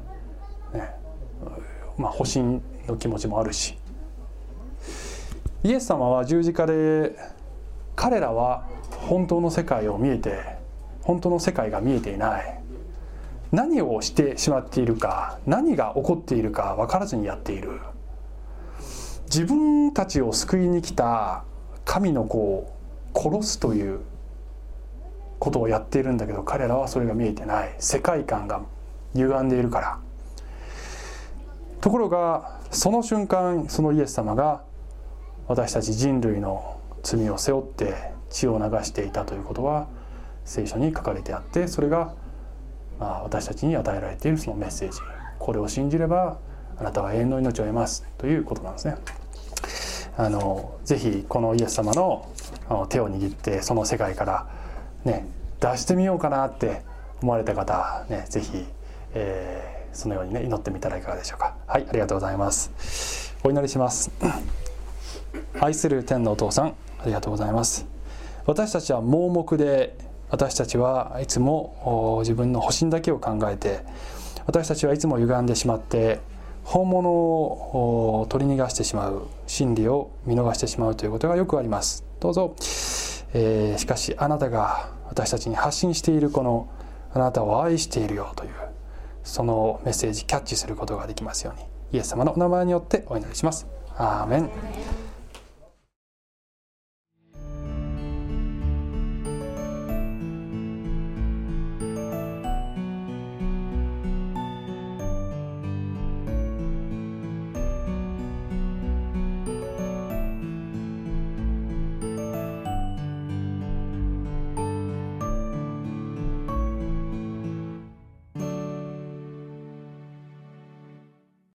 Speaker 5: 保身の気持ちもあるし、イエス様は十字架で彼らは本当の世界が見えていない、何をしてしまっているか、何が起こっているか分からずにやっている。自分たちを救いに来た神の子を殺すということをやっているんだけど、彼らはそれが見えてない。世界観が歪んでいるから。ところがその瞬間、そのイエス様が私たち人類の罪を背負って血を流していたということは聖書に書かれてあって、それが私たちに与えられているそのメッセージ、これを信じればあなたは永遠の命を得ますということなんですね。ぜひこのイエス様の手を握ってその世界から脱してみようかなって思われた方、ぜひ、そのように祈ってみたらいかがでしょうか。はい、ありがとうございます。お祈りします。愛する天のお父さん、ありがとうございます。私たちは盲目で、私たちはいつも自分の保身だけを考えて、私たちはいつも歪んでしまって本物を取り逃がしてしまう、真理を見逃してしまうということがよくあります。どうぞ、しかしあなたが私たちに発信しているこのあなたを愛しているよというそのメッセージキャッチすることができますように、イエス様のお名前によってお祈りします。アーメン。